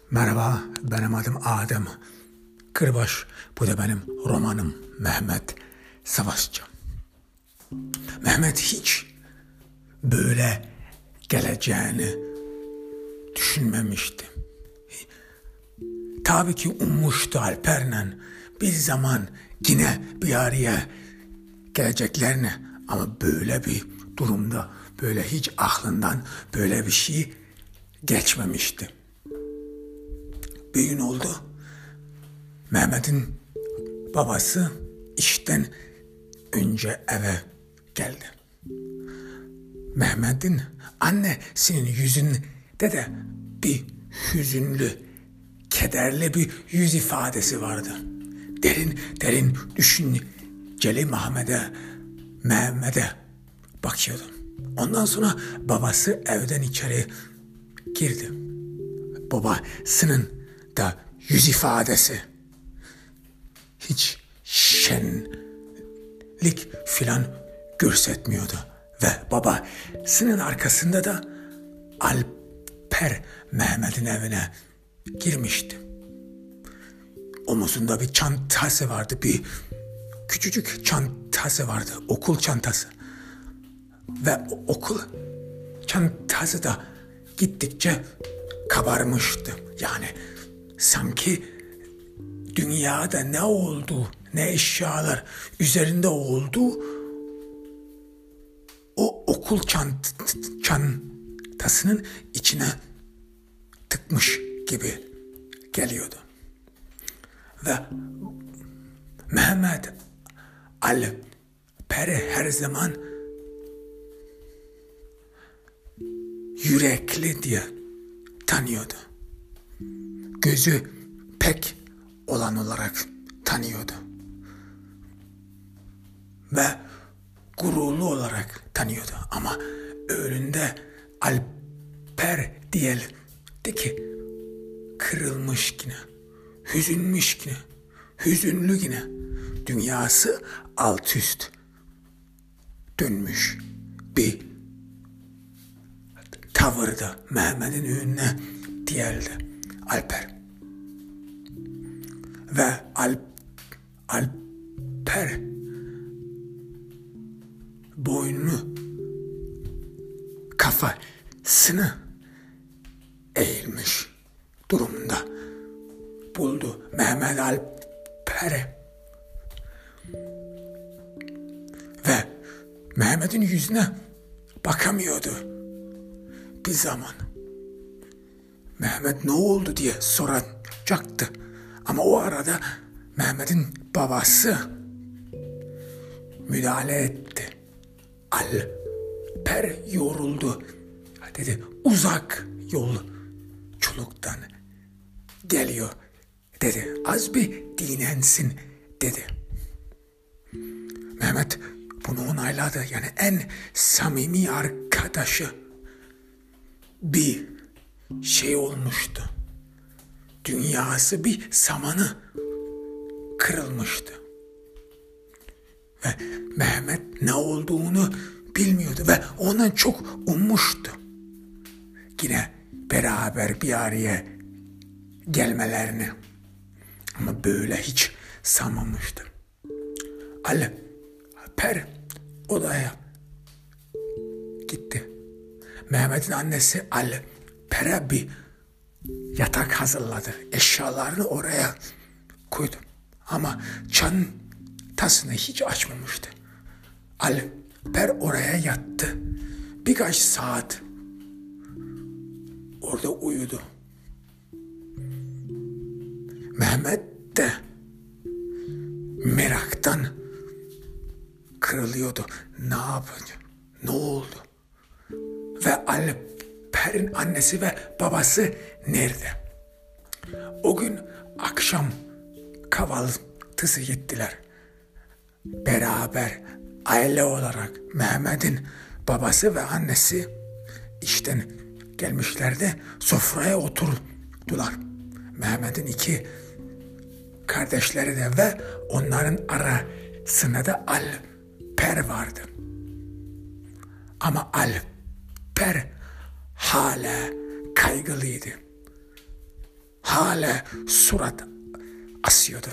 Merhaba, benim adım Adem Kırbaş. Bu da benim romanım Mehmet Savaşçı. Mehmet hiç böyle geleceğini düşünmemişti. Tabii ki ummuştu Alper'le bir zaman yine bir araya geleceklerini, ama böyle bir durumda böyle hiç aklından böyle bir şey geçmemişti. Bir gün oldu, Mehmet'in babası işten önce eve geldi. Mehmet'in annesinin yüzünde de bir hüzünlü, kederli bir yüz ifadesi vardı. Derin derin düşünceli Mehmet'e bakıyordu. Ondan sonra babası evden içeri girdi. Babasının da yüz ifadesi hiç şenlik filan göstermiyordu. Ve babasının arkasında da Alper Mehmet'in evine girmişti. Omuzunda bir çantası vardı, bir küçücük çantası vardı, okul çantası. Ve okul çantası da gittikçe kabarmıştı. Yani sanki dünyada ne oldu, ne eşyalar üzerinde oldu, o okul çantasının içine tıkmış gibi geliyordu. Ve Mehmet Alper'i her zaman yürekli diye tanıyordu. Gözü pek olan olarak tanıyordu. Ve gururlu olarak tanıyordu. Ama önünde Alper değildi ki, kırılmış yine, hüzünmüş yine, hüzünlü yine, dünyası alt üst dönmüş bir tavırda Mehmet'in önüne değildi Alper. Ve Alper boynunu, kafasını eğilmiş durumda buldu Mehmet Alper'i. Ve Mehmet'in yüzüne bakamıyordu. Bir zaman Mehmet ne oldu diye soracaktı. Ama o arada Mehmet'in babası müdahale etti. Alper yoruldu dedi. Uzak yolculuktan geliyor dedi. Az bir dinlensin dedi. Mehmet bunu onayladı. Yani en samimi arkadaşı bir şey olmuştu. Dünyası bir zamanı kırılmıştı. Ve Mehmet ne olduğunu bilmiyordu ve ondan çok ummuştu. Yine beraber bir araya gelmelerini. Ama böyle hiç sanmamıştı. Alper odaya gitti. Mehmet'in annesi Alper'e bir yatak hazırladı. Eşyalarını oraya koydu. Ama çantasını hiç açmamıştı. Alper oraya yattı. Birkaç saat orada uyudu. Mehmet de meraktan kırılıyordu. Ne yapacak? Ne oldu? Ve Alper'in annesi ve babası nerede? O gün akşam kahvaltısı gittiler. Beraber aile olarak Mehmet'in babası ve annesi işten gelmişlerdi. Sofraya oturdular. Mehmet'in iki kardeşleri de ve onların arasında da Alper vardı. Ama Alper hala kaygılıydı. hala surat asıyordu.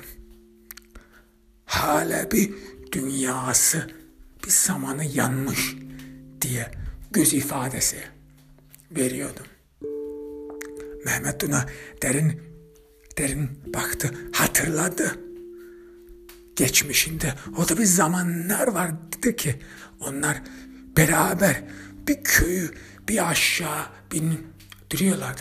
Hala bir dünyası bir zamanı yanmış diye göz ifadesi veriyordu. Mehmet ona derin baktı, hatırladı. Geçmişinde o da bir zamanlar vardı ki onlar beraber bir köyü bir aşağı bindiriyorlardı.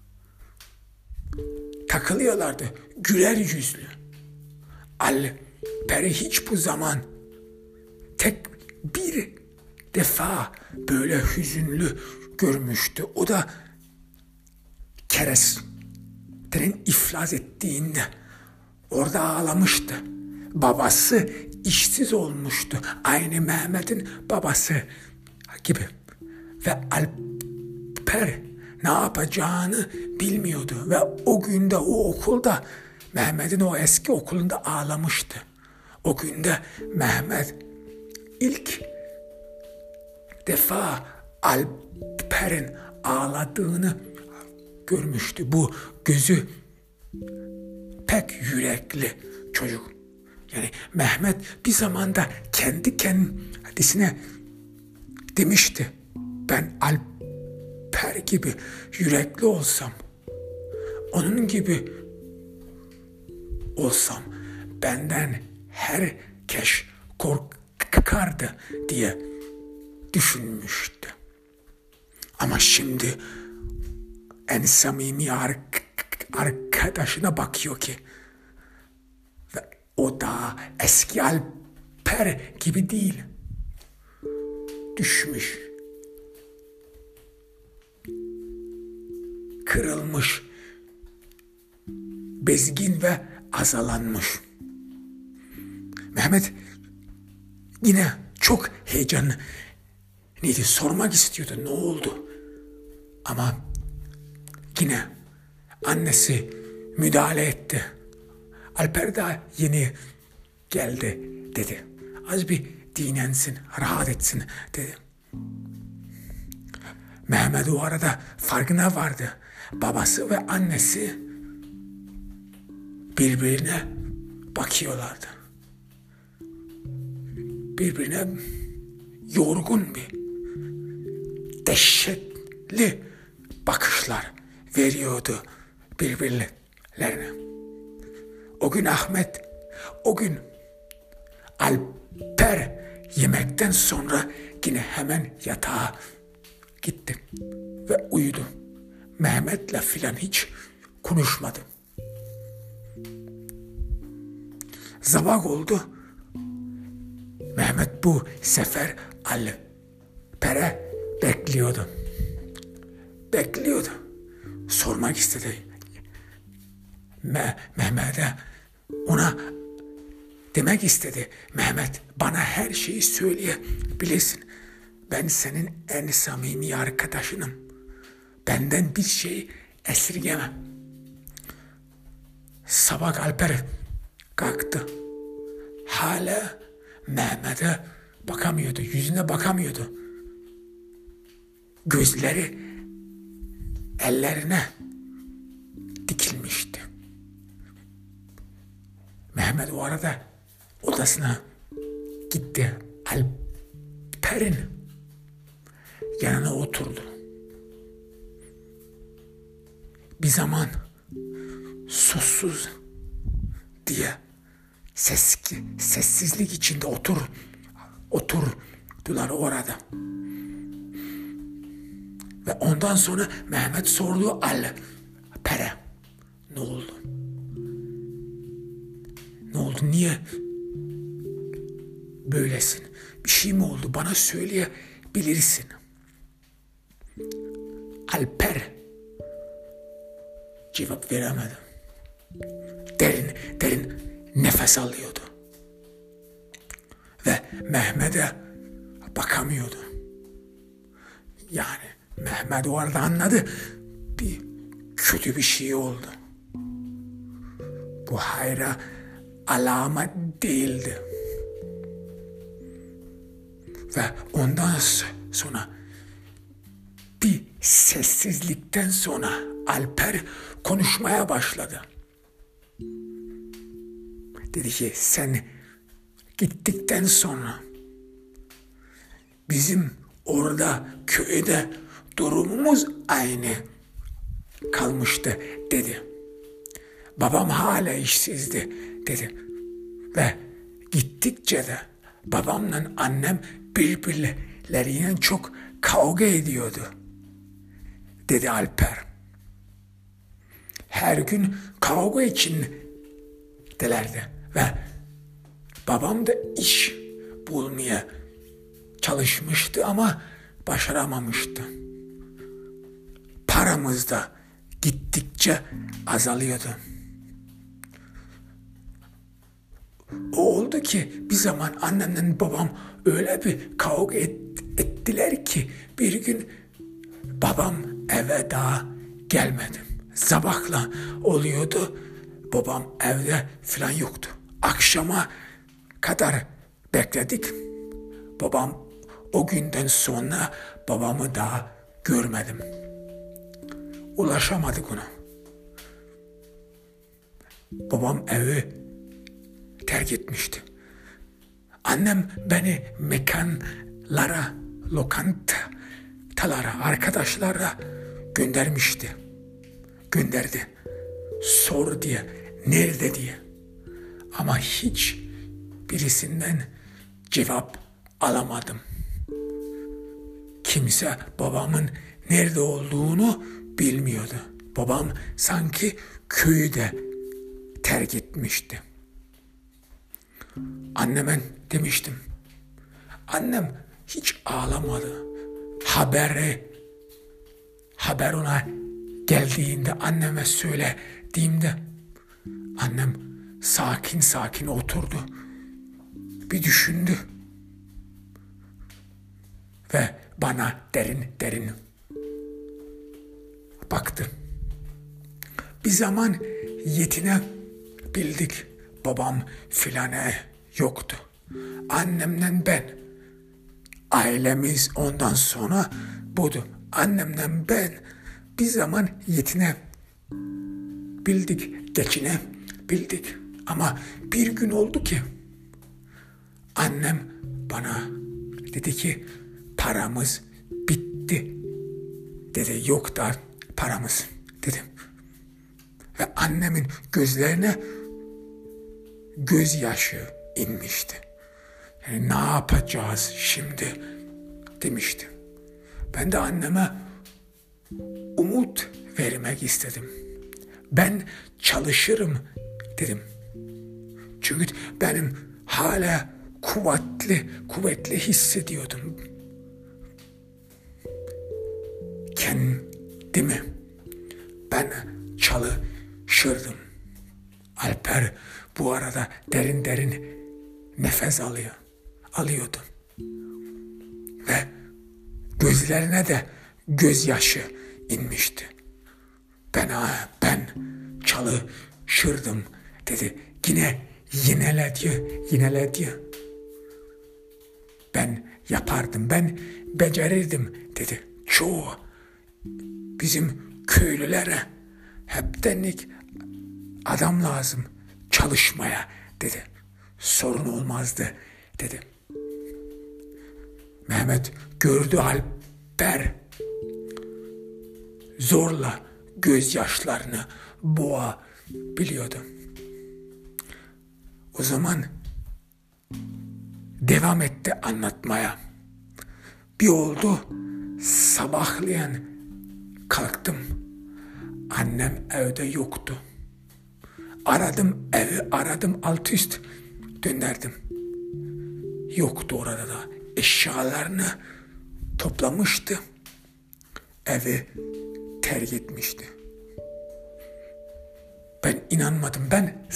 Takılıyorlardı, güler yüzlü. Alper'i hiç bu zaman tek bir defa böyle hüzünlü görmüştü. O da kerestenin iflas ettiğinde orada ağlamıştı. Babası işsiz olmuştu. Aynı Mehmet'in babası gibi. Ve Alper ne yapacağını bilmiyordu. Ve o günde o okulda, Mehmet'in o eski okulunda ağlamıştı. O günde Mehmet ilk defa Alper'in ağladığını görmüştü. Bu gözü pek yürekli çocuk. Yani Mehmet bir zamanda kendi kendisine demişti. Ben Alper gibi yürekli olsam, onun gibi olsam benden herkes korkardı diye düşünmüştü. Ama şimdi en samimi arkadaşına bakıyor ki ve o da eski Alper gibi değil. Düşmüş. Kırılmış. Bezgin ve azalanmış. Mehmet yine çok heyecanlıydı. Sormak istiyordu ne oldu. Ama yine annesi müdahale etti. Alper daha yeni geldi dedi. Az bir dinlensin, rahat etsin dedi. Mehmet o arada farkına vardı. Babası ve annesi birbirine bakıyorlardı. Birbirine yorgun bir, dehşetli bakışlar veriyordu birbirlerine. O gün Ahmet, o gün Alper yemekten sonra yine hemen yatağa gitti ve uyudu. Mehmet'le filan hiç konuşmadı. Sabah oldu. Mehmet bu sefer Alper'e bekliyordu. Sormak istedi. Mehmet'e ona demek istedi. Mehmet bana her şeyi söyleyebilirsin. Ben senin en samimi arkadaşınım. Benden bir şey esirgemem. Sabah Alper kalktı. Hala Mehmet'e bakamıyordu. Yüzüne bakamıyordu. Gözleri ellerine dikilmişti. Mehmet o arada odasına gitti. Alper'in yanına oturdu. Bir zaman susuz diye sessizlik içinde oturdular orada. Ve ondan sonra Mehmet sordu Alper'e. Ne oldu? Ne oldu? Niye böylesin? Bir şey mi oldu? Bana söyleyebilirsin. Alper cevap veremedi. Derin nefes alıyordu. Ve Mehmet'e bakamıyordu. Yani Mehmet o arada anladı. Kötü bir şey oldu. Bu hayra alamet değildi. Ve ondan sonra Bir sessizlikten sonra Alper konuşmaya başladı. Dedi ki sen gittikten sonra bizim orada köyde durumumuz aynı kalmıştı dedi. Babam hala işsizdi dedi. Ve gittikçe de babamla annem birbirleriyle çok kavga ediyordu dedi Alper. Her gün kavga içindelerdi ve babam da iş bulmaya çalışmıştı ama başaramamıştı. Paramız da gittikçe azalıyordu. O oldu ki bir zaman annemle babam öyle bir kavga ettiler ki bir gün babam eve daha gelmedi. Sabahla oluyordu, babam evde falan yoktu. Akşama kadar bekledik. Babam o günden sonra babamı daha görmedim. Ulaşamadık ona. Babam evi terk etmişti. Annem beni mekanlara, lokantalara, arkadaşlara gönderdi. Sor diye, nerede diye. Ama hiç birisinden cevap alamadım. Kimse babamın nerede olduğunu bilmiyordu. Babam sanki köyü de terk etmişti. Anneme demiştim. Annem hiç ağlamadı. Haber ona geldiğinde anneme söylediğimde annem sakin oturdu. Bir düşündü. Ve bana derin baktı. Bir zaman yetinebildik. Babam filan yoktu. Annemle ben. Ailemiz ondan sonra budu. Annemle ben bir zaman geçinebildik. Ama bir gün oldu ki annem bana dedi ki paramız bitti. Dedi yok da paramız dedim. Ve annemin gözlerine gözyaşı inmişti. Yani ne yapacağız şimdi demişti. Ben de anneme umut vermek istedim. Ben çalışırım dedim. Çünkü benim hala kuvvetli hissediyordum kendimi. Ben çalışırdım. Alper bu arada derin nefes alıyordu. Ve gözlerine de gözyaşı inmişti. Ben çalışırdım dedi. Yineledi. Ben yapardım, ben becerirdim dedi. Çoğu bizim köylülere hep denik adam lazım çalışmaya dedi. Sorun olmazdı dedi. Mehmet gördü Alper zorla gözyaşlarını boğabiliyordu. O zaman devam etti anlatmaya. Bir oldu sabahleyin kalktım. Annem evde yoktu. Aradım alt üst dönerdim. Yoktu orada da. Eşyalarını toplamıştı. Evi terk etmişti. Ben inanmadım. Ben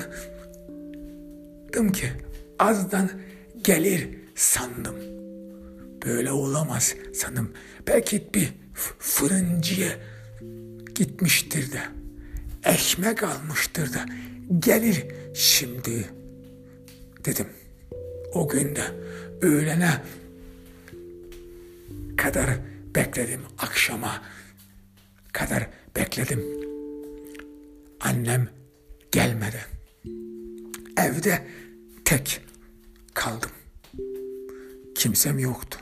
sandım ki azdan gelir sandım. Böyle olamaz sandım. Belki bir fırıncıya gitmiştir de ekmek almıştır da gelir şimdi dedim. O günde öğlene kadar bekledim. Akşama kadar bekledim. Annem gelmedi. Evde tek kaldım. Kimsem yoktu.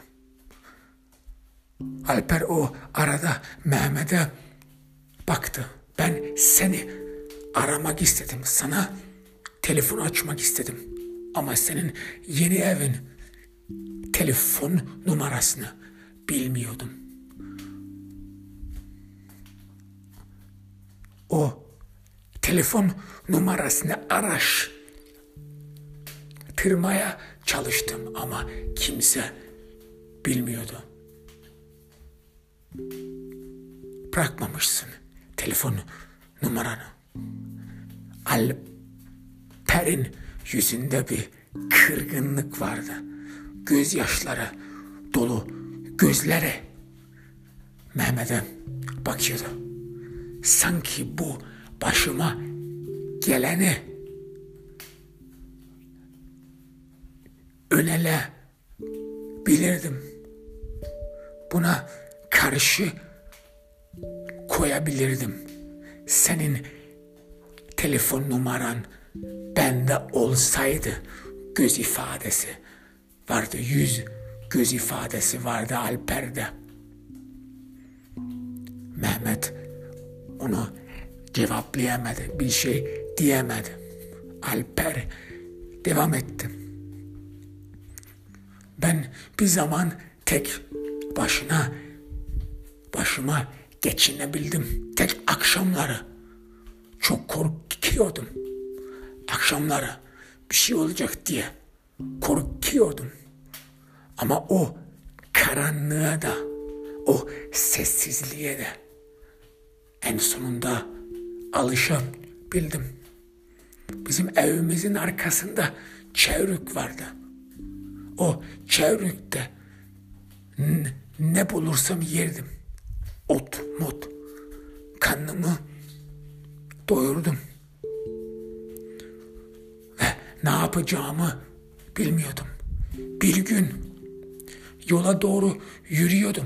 Alper o arada Mehmet'e baktı. Ben seni aramak istedim. Sana telefon açmak istedim. Ama senin yeni evin telefon numarasını bilmiyordum. O telefon numarasını araştırmaya çalıştım ama kimse bilmiyordu. Bırakmamışsın telefon numaranı. Alper'in yüzünde bir kırgınlık vardı. Gözyaşları dolu gözleri Mehmet'e bakıyordu. Sanki bu başıma geleni önelebilirdim. Buna karşı koyabilirdim. Senin telefon numaran bende olsaydı göz ifadesi vardı. Yüz göz ifadesi vardı Alper'de. Mehmet onu cevaplayamadı. Bir şey diyemedi. Alper devam etti. Ben bir zaman tek başıma geçinebildim. Tek akşamları çok korkuyordum. Akşamları bir şey olacak diye korkuyordum. Ama o karanlığa da, o sessizliğe de en sonunda alışabildim. Bizim evimizin arkasında çevrük vardı. O çevrükte ne bulursam yerdim. Ot, mut. Karnımı doyurdum. Ve ne yapacağımı bilmiyordum. Bir gün yola doğru yürüyordum.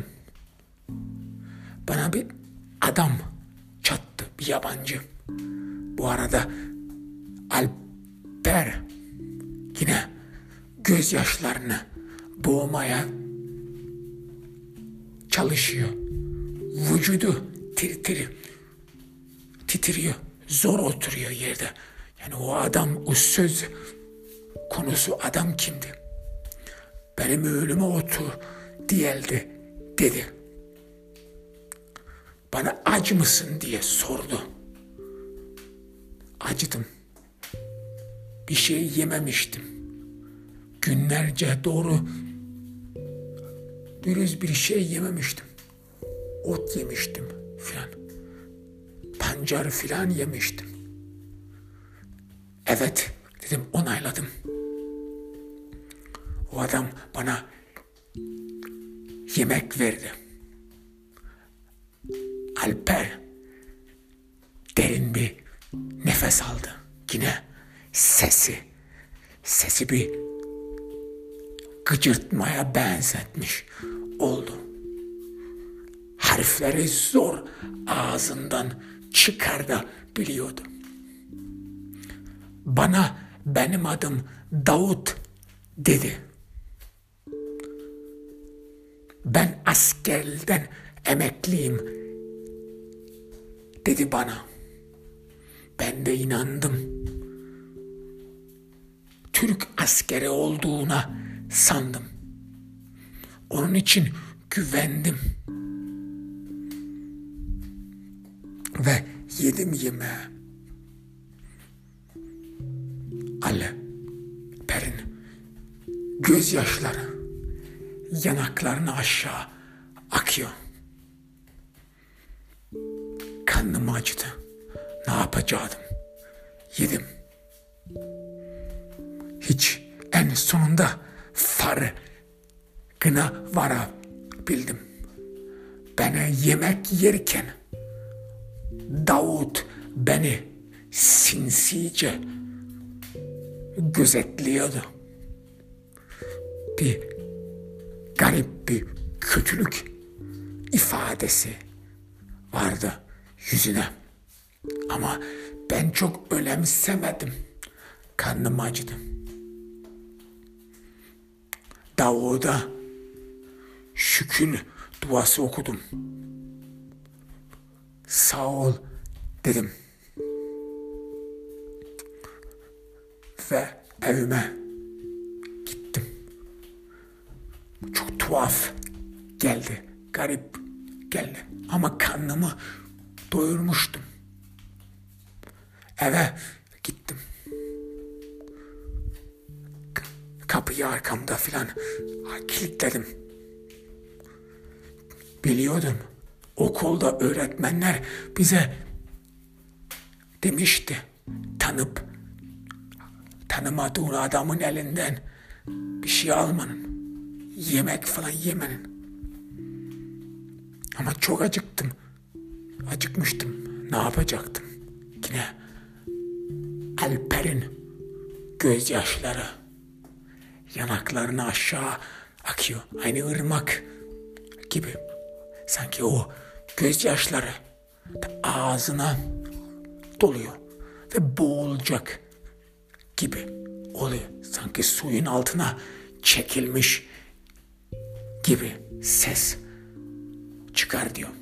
Bana bir adam çattı, bir yabancı. Bu arada Alper yine gözyaşlarını boğmaya çalışıyor. Vücudu titriyor. Zor oturuyor yerde. Yani o adam, o söz konusu adam kimdi? Benim ölüme otur diyeldi dedi. Bana aç mısın diye sordu. Acıdım. Bir şey yememiştim. Günlerce doğru dürüst bir şey yememiştim. Ot yemiştim filan. Pancar filan yemiştim. Evet dedim, onayladım. O adam bana yemek verdi. Alper derin bir nefes aldı. Yine sesi bir gıcırtmaya benzetmiş oldu. Harfleri zor ağzından çıkartabiliyordu. Bana benim adım Davut dedi. Ben askerden emekliyim dedi bana. Ben de inandım. Türk askeri olduğuna sandım. Onun için güvendim. Ve yedim yemeği. Alper'in gözyaşları yanaklarına aşağı akıyor. Karnım acıdı. Ne yapacaktım? Yedim. Hiç en sonunda farkına varabildim. Bana yemek yerken Davut beni sinsice gözetliyordu. Bir garip bir kötülük ifadesi vardı yüzüne. Ama ben çok önemsemedim. Karnım acıdı. Davud'a şükür duası okudum. Sağ ol dedim. Ve evime gittim. Çok tuhaf geldi. Garip geldi. Ama karnımı doyurmuştum. Eve gittim. Kapıyı arkamda filan kilitledim. Biliyordum. Okulda öğretmenler bize demişti. Tanımadığın adamın elinden bir şey almanın. Yemek falan yemenin. Ama çok acıktım. Acıkmıştım. Ne yapacaktım? Yine Alper'in gözyaşları yanaklarına aşağı akıyor. Aynı ırmak gibi. Sanki o gözyaşları ağzına doluyor ve boğulacak gibi oluyor. Sanki suyun altına çekilmiş gibi ses çıkar diyor.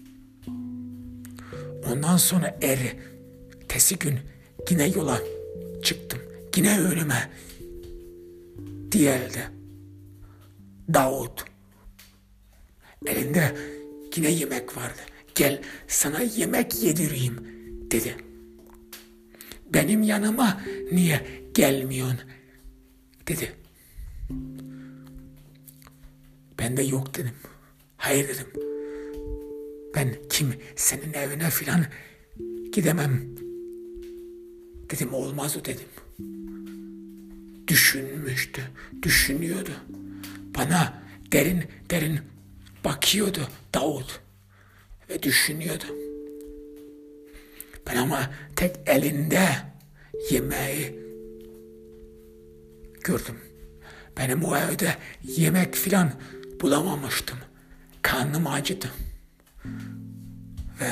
Ondan sonra ertesi gün yine yola çıktım. Yine önüme diğerde Davut. Elinde yine yemek vardı. Gel sana yemek yedireyim dedi. Benim yanıma niye gelmiyorsun dedi. Ben de yok dedim. Hayır dedim. Ben senin evine filan gidemem dedim. Olmaz o dedim. Düşünüyordu. Bana derin bakıyordu Davut ve düşünüyordu. Ben ama tek elinde yemeği gördüm. Benim o evde yemek filan bulamamıştım. Karnım acıdı. Ve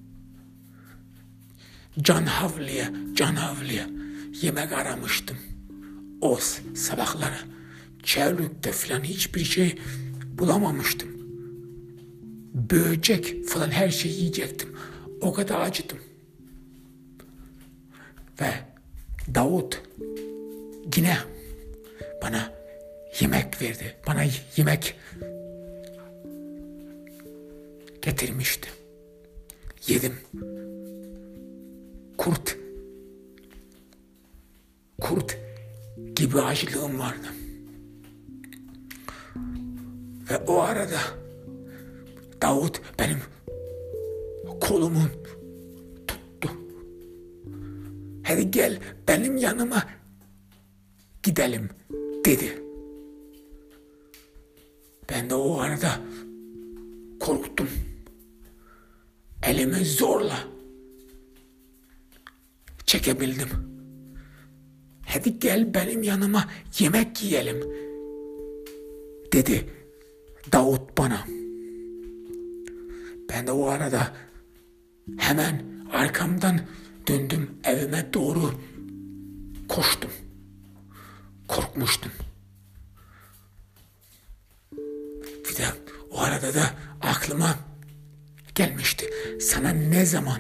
can havliye yemek aramıştım. O sabahları çevrekte filan hiçbir şey bulamamıştım. Böcek falan her şeyi yiyecektim. O kadar acıdım. Ve Davut yine bana yemek verdi. Bana yemek getirmişti. Yedim. Kurt gibi açlığım vardı. Ve o arada Davut benim kolumu tuttu. Hadi gel benim yanıma gidelim dedi. Ben de o arada korktum. Elimi zorla çekebildim. Hadi gel benim yanıma yemek yiyelim dedi Davut bana. Ben de o arada hemen arkamdan döndüm, evime doğru koştum. Korkmuştum. Bir de o arada da aklıma gelmişti. Sana ne zaman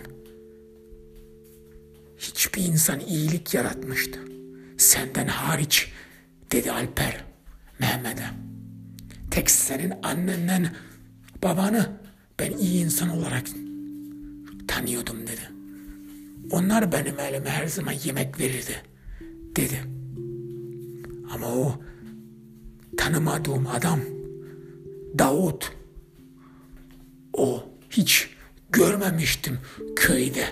hiçbir insan iyilik yaratmıştı? Senden hariç dedi Alper Mehmet'e. Tek senin annenden babanı ben iyi insan olarak tanıyordum dedi. Onlar benim elime her zaman yemek verirdi dedi. Ama o tanımadığım adam Davut, o hiç görmemiştim köyde.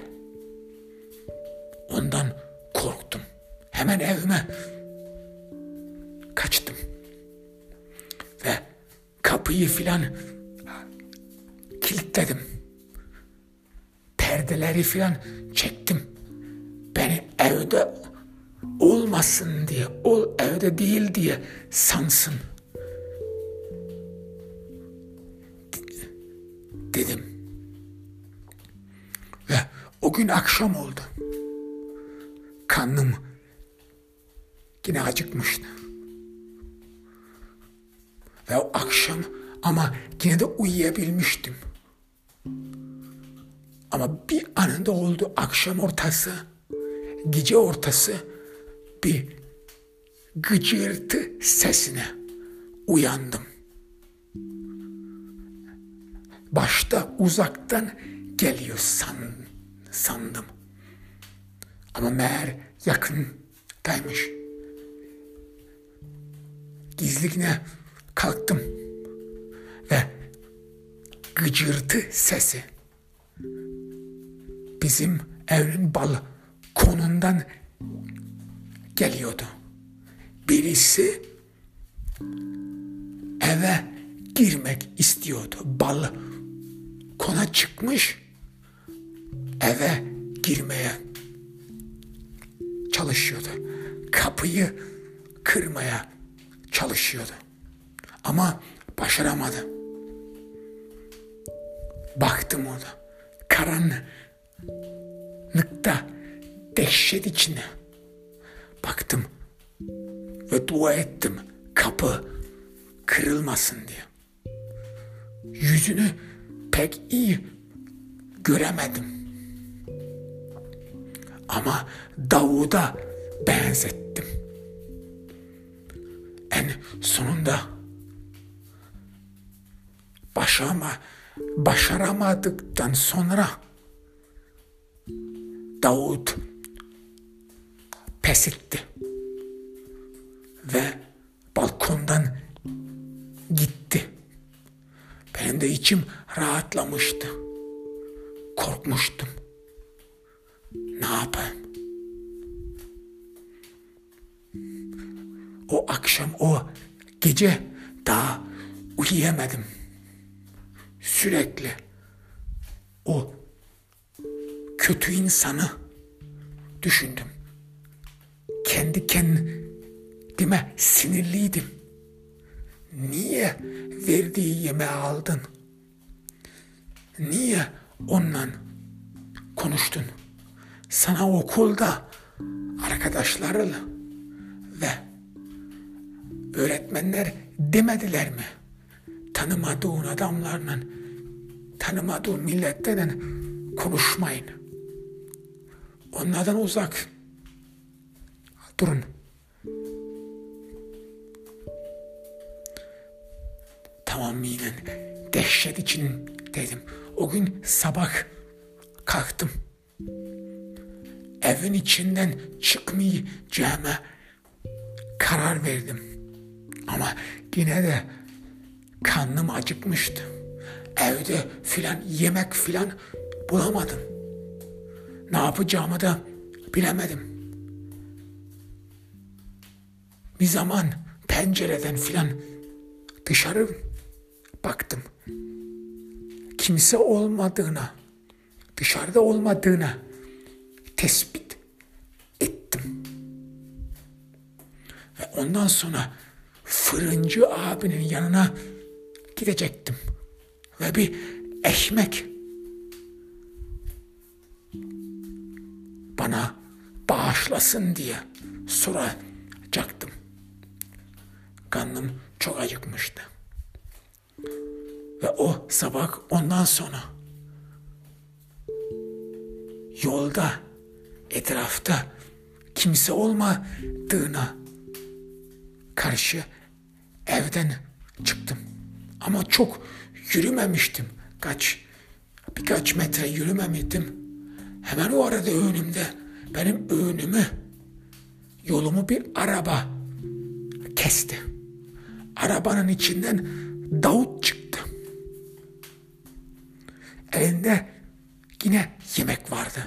Ondan korktum. Hemen evime kaçtım. Ve kapıyı filan kilitledim. Perdeleri filan çektim. Beni evde olmasın diye, evde değil diye sansın dedim. Ve o gün akşam oldu. Karnım yine acıkmıştı. Ve o akşam ama yine de uyuyabilmiştim. Ama bir anında oldu, akşam ortası, gece ortası bir gıcırtı sesine uyandım. Başta uzaktan geliyor sandım. Ama meğer yakındaymış. Gizlice kalktım ve gıcırtı sesi bizim evin balkonundan geliyordu. Birisi eve girmek istiyordu. Balkona çıkmış, eve girmeye çalışıyordu. Kapıyı kırmaya çalışıyordu. Ama başaramadı. Baktım orada. Karanlıkta, dehşet içine baktım ve dua ettim kapı kırılmasın diye. Yüzünü pek iyi göremedim. Ama Davud'a benzettim. En sonunda başaramadıktan sonra Davud pes etti ve balkondan gitti. Benim de içim rahatlamıştı. Korkmuştum. Ne yapayım? O akşam, o gece daha uyuyamadım. Sürekli o kötü insanı düşündüm. Kendi kendime sinirliydim. Niye verdiği yemeği aldın? Niye onunla konuştun? Sana okulda arkadaşlarla ve öğretmenler demediler mi? Tanımadığın adamlarla, tanımadığın milletlerle konuşmayın. Onlardan uzak durun. Tamamen dehşet için dedim. O gün sabah kalktım. Evin içinden çıkmayacağıma karar verdim. Ama yine de karnım acıkmıştı. Evde yemek bulamadım. Ne yapacağımı da bilemedim. Bir zaman pencereden dışarı baktım. Kimse olmadığına, dışarıda olmadığına tespit ettim. Ve ondan sonra fırıncı abinin yanına gidecektim. Ve bir ekmek bana bağışlasın diye soracaktım. Karnım çok acıkmıştı. Ve o sabah ondan sonra yolda, etrafta kimse olmadığına karşı evden çıktım. Ama çok yürümemiştim. Birkaç metre yürümemiştim. Hemen o arada benim yolumu bir araba kesti. Arabanın içinden Davut çıktı. Elinde yine yemek vardı.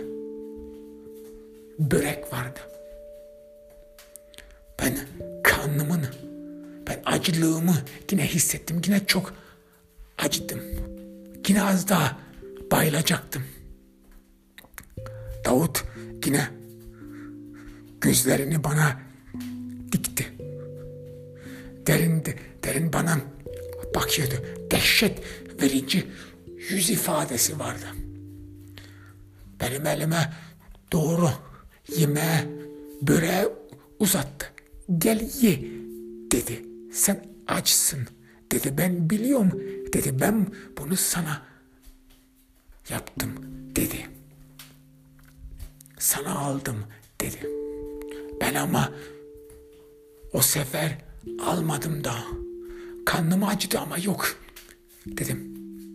Börek vardı. Ben acılığımı yine hissettim. Yine çok acıdım. Yine az daha bayılacaktım. Davut yine gözlerini bana dikti. Derin bana bakıyordu. Dehşet verici yüz ifadesi vardı. Benim elime doğru yemeğe, böreğe uzattı. Gel ye dedi. Sen açsın dedi. Ben biliyorum dedi. Ben bunu sana yaptım dedi. Sana aldım dedi. Ben ama o sefer almadım daha. Karnım acıdı ama yok dedim.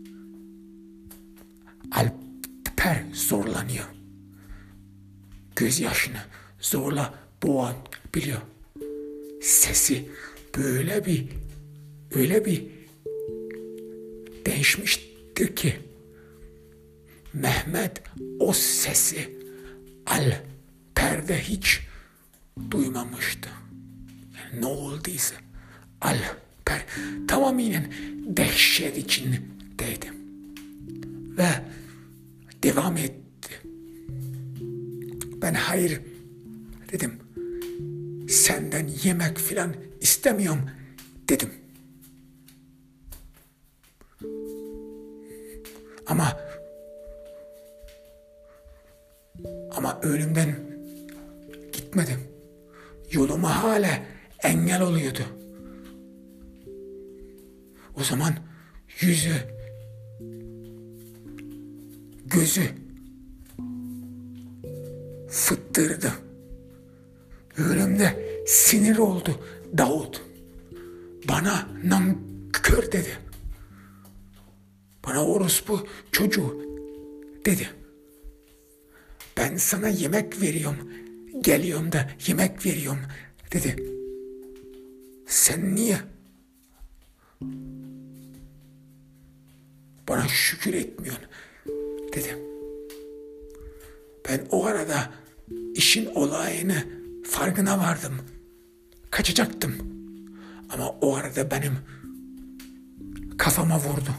Alper zorlanıyor. Gözyaşını zorla boğabiliyor. Sesi öyle bir değişmiştir ki Mehmet o sesi Alper'de hiç duymamıştı. Yani ne olduysa Alper tamamen dehşet içindeydi. Ve devam etti. Ben hayır dedim. Senden yemek filan istemiyorum dedim. Ama önümden gitmedim. Yoluma hala engel oluyordu. O zaman yüzü, gözü fıttırdı. Önümde sinir oldu Davut. Bana nankör dedi. Bana orospu çocuğu dedi. Ben sana yemek veriyorum, geliyorum da yemek veriyorum dedi. Sen niye bana şükür etmiyorsun dedi. Ben o arada işin olayını farkına vardım. Kaçacaktım. Ama o arada benim kafama vurdu.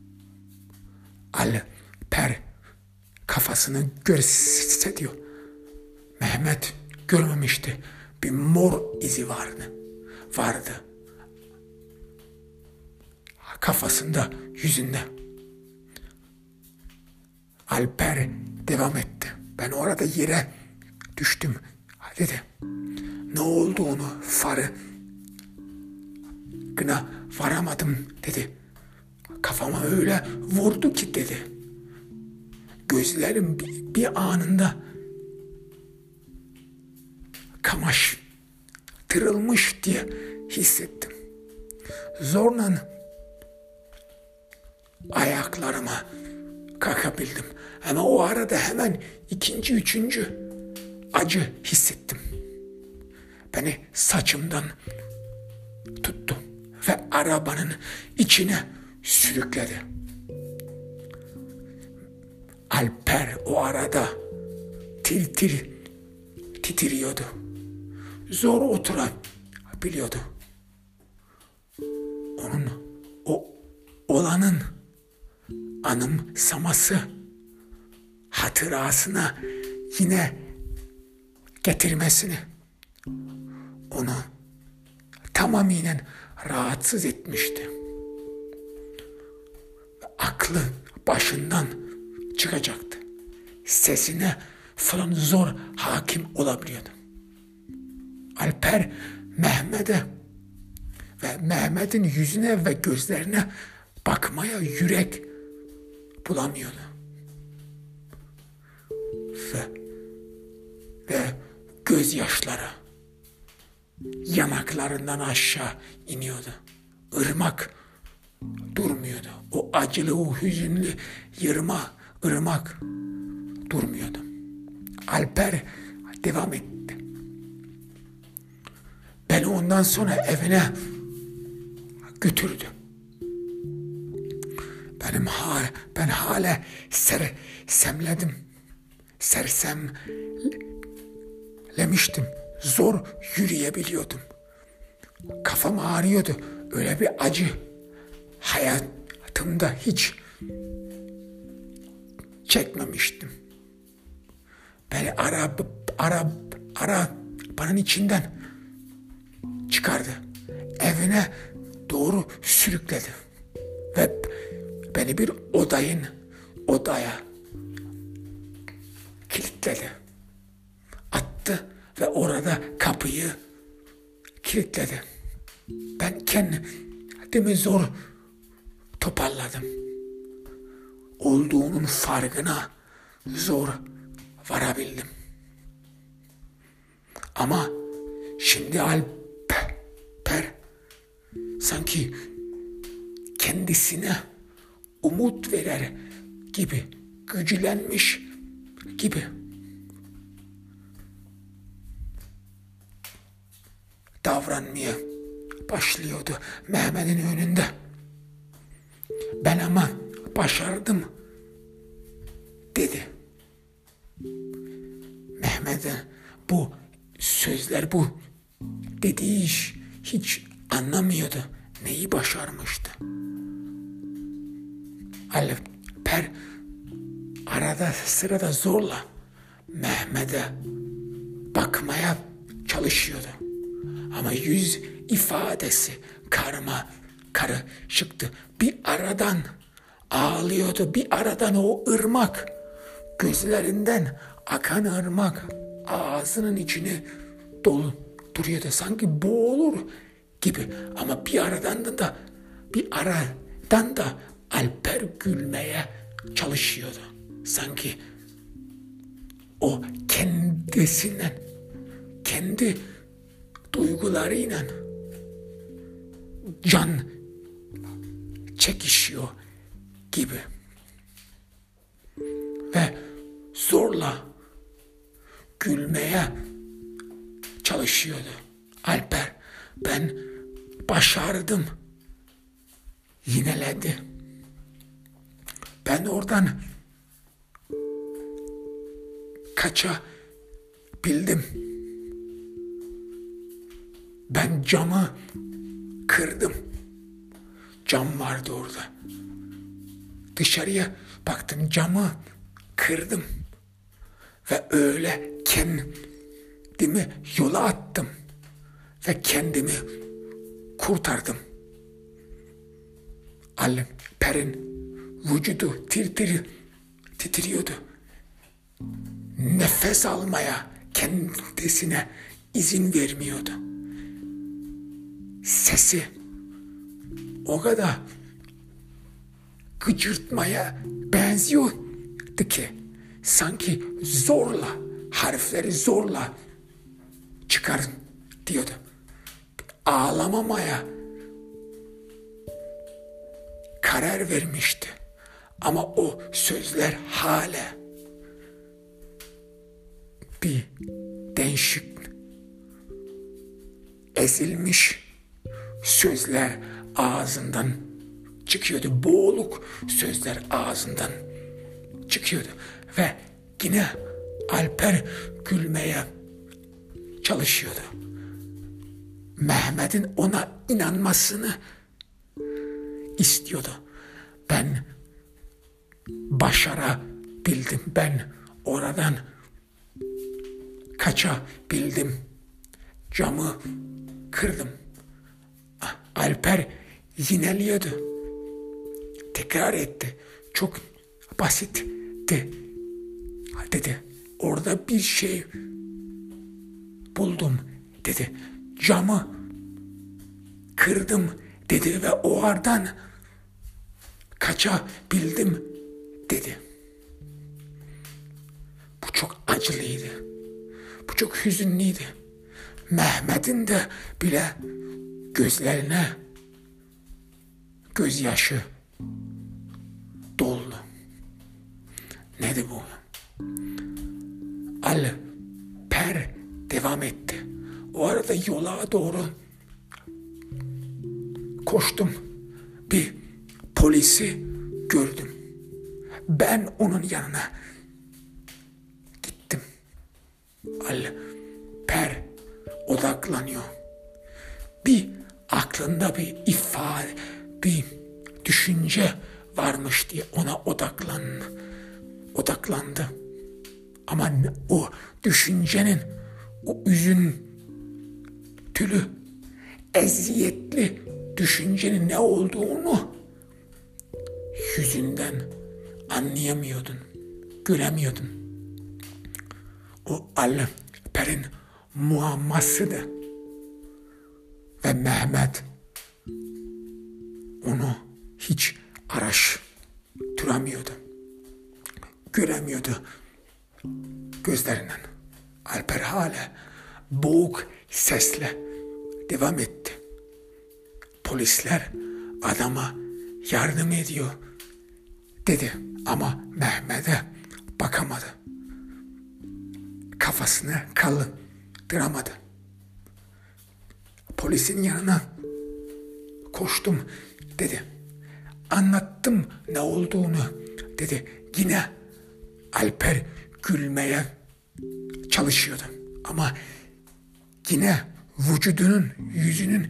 Alper kafasını gösteriyor. Mehmet görmemişti. Bir mor izi vardı. Kafasında, yüzünde. Alper devam etti. Ben orada yere düştüm. Dedi. Ne olduğunu farkına varamadım dedi. Kafama öyle vurdu ki dedi. Gözlerim bir anında kamaştırılmış diye hissettim. Zorla ayaklarıma kalkabildim. Ama o arada hemen ikinci, üçüncü acı hissettim. Beni saçımdan tuttu ve arabanın içine sürükledi. Alper o arada titriyordu. Zor oturabiliyordu. Onun o olanın anımsaması hatırasına yine getirmesini onu tamamen rahatsız etmişti. Aklı başından çıkacaktı. Sesine falan zor hakim olabiliyordu. Alper Mehmet'e ve Mehmet'in yüzüne ve gözlerine bakmaya yürek bulamıyordu. Ve gözyaşları yanaklarından aşağı iniyordu. Irmak durmuyordu. O acılı, o hüzünlü ırmak durmuyordu. Alper devam etti. Beni ondan sonra evine götürdü. Ben hala sersemlemiştim. Zor yürüyebiliyordum. Kafam ağrıyordu. Öyle bir acı hayatımda hiç çekmemiştim. Beni arabanın içinden çıkardı. Evine doğru sürükledi. Ve beni bir odaya kilitledi. Attı ve orada kapıyı kilitledi. Ben kendimi zor toparladım. Olduğunun farkına zor varabildim. Ama şimdi Alper sanki kendisine umut verer gibi, güçlenmiş gibi davranmaya başlıyordu Mehmet'in önünde. Ben ama başardım dedi. Mehmet'in bu sözler, bu dediği iş hiç anlamıyordu. Neyi başarmıştı? Alper arada sırada zorla Mehmet'e bakmaya çalışıyordu. Ama yüz ifadesi karışıktı. Bir aradan ağlıyordu, bir aradan o ırmak, gözlerinden akan ırmak ağzının içini dolduruyordu. Sanki boğulur gibi. Ama bir aradan da Alper gülmeye çalışıyordu. Sanki o kendisinden, kendi duygularıyla can çekişiyor gibi. Ve zorla gülmeye çalışıyordu. Alper, ben başardım, yineledi. Ben oradan kaçabildim. Ben camı kırdım. Cam vardı orada. Dışarıya baktım, camı kırdım. Ve öyle kendimi yola attım. Ve kendimi kurtardım. Alper'in vücudu titriyordu. Nefes almaya kendisine izin vermiyordu. Sesi o kadar gıcırtmaya benziyordu ki sanki zorla, harfleri zorla çıkar diyordu. Ağlamamaya karar vermişti. Ama o sözler hala bir değişik, ezilmiş sözler ağzından çıkıyordu. Boğuluk sözler ağzından çıkıyordu. Ve yine Alper gülmeye çalışıyordu. Mehmet'in ona inanmasını istiyordu. Ben başarabildim. Ben oradan kaçabildim. Camı kırdım. Alper yineliyordu. Tekrar etti. Çok basitti dedi. Orada bir şey buldum dedi. Camı kırdım dedi ve o aradan kaçabildim dedi. Bu çok acılıydı. Bu çok hüzünlüydü. Mehmet'in de bile gözlerine gözyaşı doldu. Nedir bu? Alper devam etti. O arada yola doğru koştum. Bir polisi gördüm. Ben onun yanına gittim. Alper odaklanıyor. Bir aklında bir ifade, bir düşünce varmış diye ona odaklandı. Ama o düşüncenin, o üzüntülü, eziyetli düşüncenin ne olduğunu yüzünden anlayamıyordun, göremiyordun. O Alper'in muammasıydı. Ve Mehmet onu hiç araştıramıyordu. Göremiyordu gözlerinden. Alper hala boğuk sesle devam etti. Polisler adama yardım ediyor dedi ama Mehmet'e bakamadı. Kafasını kaldıramadı. Polisin yanına koştum dedi. Anlattım ne olduğunu dedi. Yine Alper gülmeye çalışıyordu. Ama yine vücudunun, yüzünün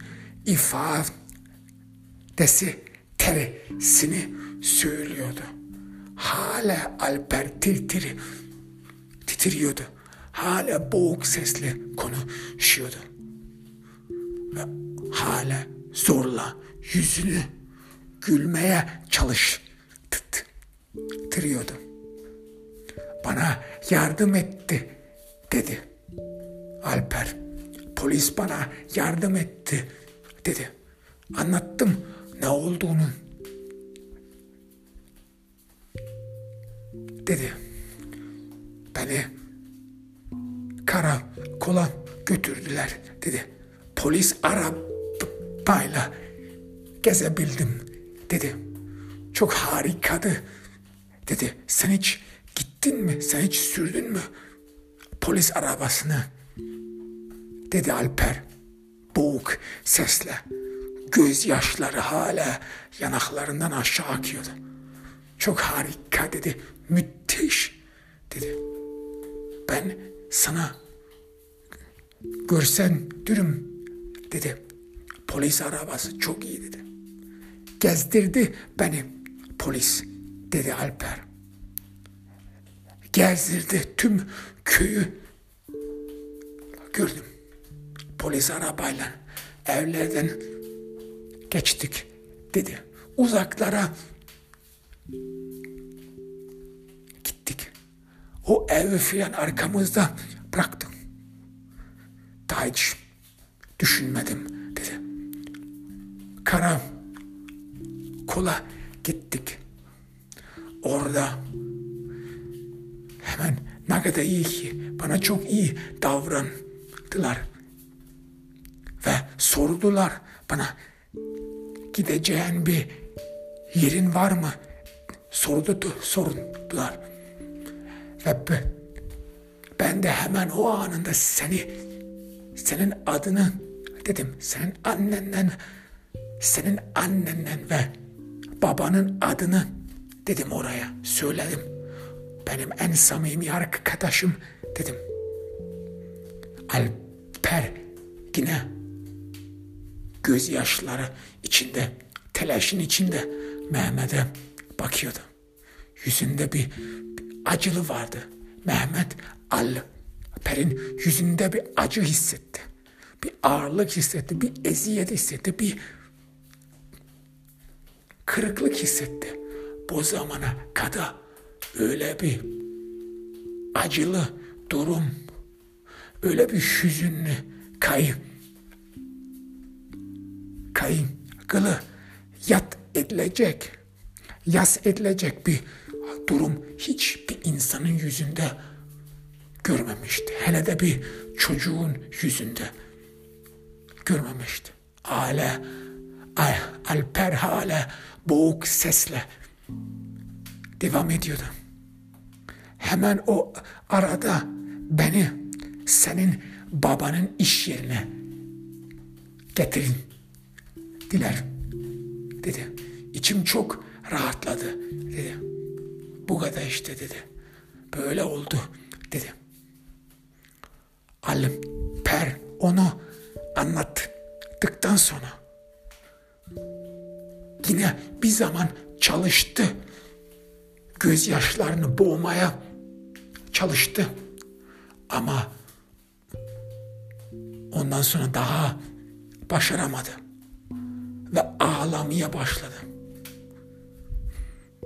ifadesi tersini söylüyordu. Hala Alper titriyordu. Hala boğuk sesle konuşuyordu. Ve hala zorla yüzünü gülmeye çalıştırıyordu. Bana yardım etti dedi Alper. Polis bana yardım etti dedi. Anlattım ne olduğunu dedi. Beni karakola götürdüler dedi. Polis arabayla gezebildim dedi. Çok harikadı dedi. Sen hiç gittin mi? Sen hiç sürdün mü polis arabasını? Dedi Alper boğuk sesle. Gözyaşları hala yanaklarından aşağı akıyordu. Çok harika dedi. Müthiş dedi. Ben sana görsen dürüm dedi. Polis arabası çok iyi dedi. Gezdirdi beni polis dedi Alper. Gezdirdi tüm köyü gördüm. Polis arabayla evlerden geçtik dedi. Uzaklara gittik. O evi filan arkamızda bıraktık. Daha hiç düşünmedim dedi. Karakola gittik. Orada hemen ne kadar iyi ki bana çok iyi davrandılar. Ve sordular bana gideceğin bir yerin var mı? Sordular. Ve ben de hemen o anında senin adını dedim. Senin annenden ve babanın adını dedim oraya. Söyledim. Benim en samimi arkadaşım dedim. Alper yine gözyaşları içinde, telaşın içinde Mehmet'e bakıyordu. Yüzünde bir acılı vardı. Mehmet Alper'in yüzünde bir acı hissetti. Bir ağırlık hissetti, bir eziyet hissetti, bir kırıklık hissetti. Bu zamana kadar öyle bir acılı durum, öyle bir hüzünlü, kaygılı, yas edilecek bir durum hiçbir insanın yüzünde görmemişti. Hele de bir çocuğun yüzünde görmemişti. Alper hala boğuk sesle devam ediyordu. Hemen o arada beni senin babanın iş yerine getirdiler dedi. İçim çok rahatladı dedi. Bu kadar işte dedi. Böyle oldu dedi. Alper onu anlattıktan sonra yine bir zaman çalıştı. Gözyaşlarını boğmaya çalıştı. Ama ondan sonra daha başaramadı. Ve ağlamaya başladı.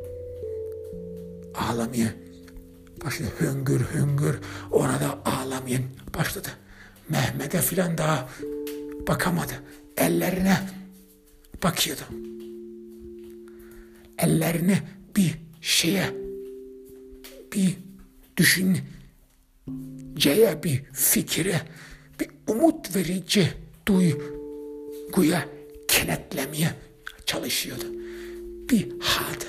ağlamaya başladı. Hüngür hüngür orada ağlamaya başladı. Mehmet'e filan daha bakamadı. Ellerine bakıyordu. Ellerini bir şeye, bir düşünceye, bir fikire, bir umut verici duyguya kenetlemeye çalışıyordu. Bir had,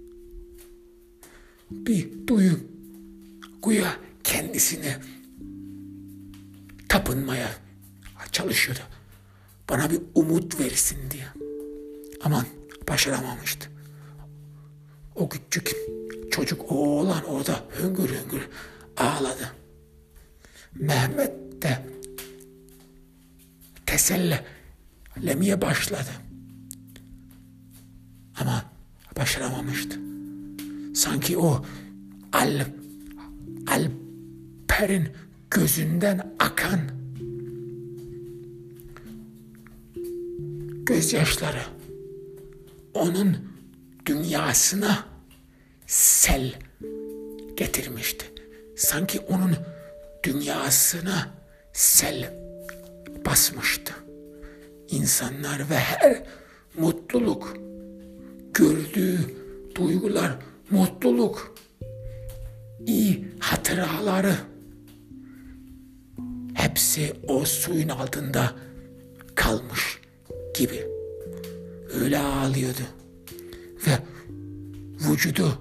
bir duyguya kendisini tapınmaya çalışıyordu. Bana bir umut versin diye. Aman başaramamıştı. O küçük çocuk, o oğlan orada hüngür hüngür ağladı. Mehmet de tesellemeye başladı. Ama başaramamıştı. Sanki o Alper'in gözünden akan gözyaşları onun dünyasına sel getirmişti. Sanki onun dünyasına sel basmıştı. İnsanlar ve her mutluluk, gördüğü duygular, mutluluk, iyi hatıraları hepsi o suyun altında kalmış gibi. Öyle ağlıyordu. Ve vücudu,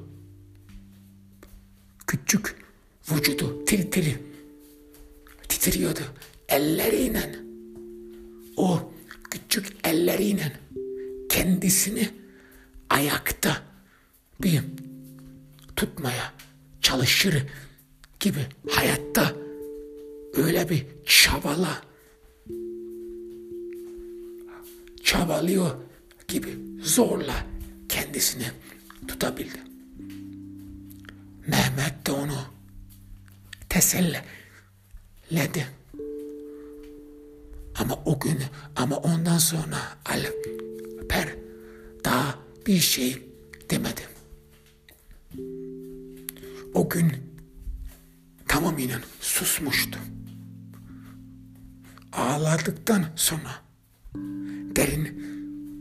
küçük vücudu titriyordu. Elleriyle, o küçük elleriyle kendisini ayakta bir tutmaya çalışır gibi, hayatta öyle bir çabalıyor gibi zorla kendisini tutabildi. Mehmet de onu teselledi. Ama ondan sonra Alper daha bir şey demedi. O gün tamamıyla susmuştu. Ağladıktan sonra derin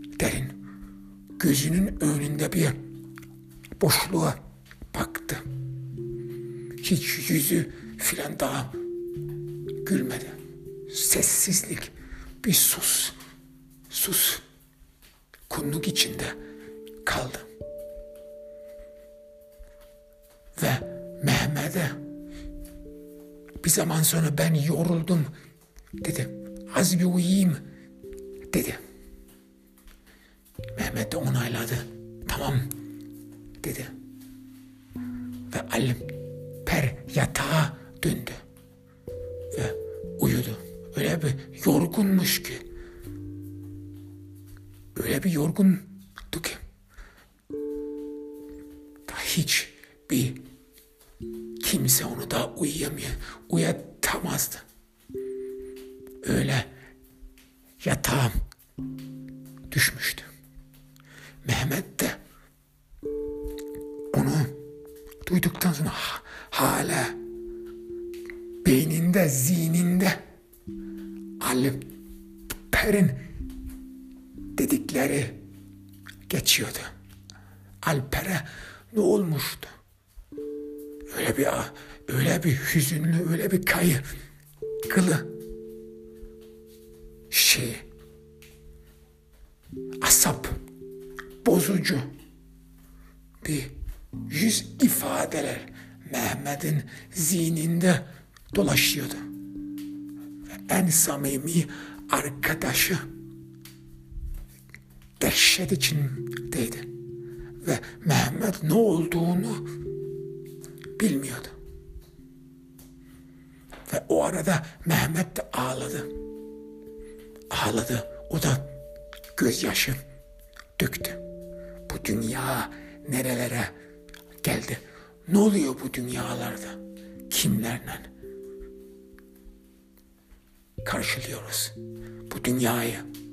gözünün önünde bir boşluğa baktı. Hiç yüzü filan daha gülmedi. Sessizlik, bir sus kunluk içinde kaldı. Ve Mehmet'e bir zaman sonra ben yoruldum dedi. Az bir uyuyayım dedi. Mehmet de onayladı. Tamam dedi. Ve Alper yatağa döndü. Ve uyudu. Öyle bir yorgunmuş ki. Öyle bir yorgundu ki. Hiç bir kimse onu da uyatamazdı. Öyle yatağa düşmüştü. Mehmet de onu duyduktan sonra hala beyninde, zihninde Alper'in dedikleri geçiyordu. Alper'e ne olmuştu? Öyle bir hüzünlü, öyle bir kaygılı şey, asap bozucu bir yüz ifadeler Mehmet'in zihninde dolaşıyordu. Ve en samimi arkadaşı dehşet içindeydi. Ve Mehmet ne olduğunu bilmiyordu. Ve o arada Mehmet de ağladı. O da gözyaşı döktü. Bu dünya nerelere geldi? Ne oluyor bu dünyalarda? Kimlerle karşılıyoruz bu dünyayı?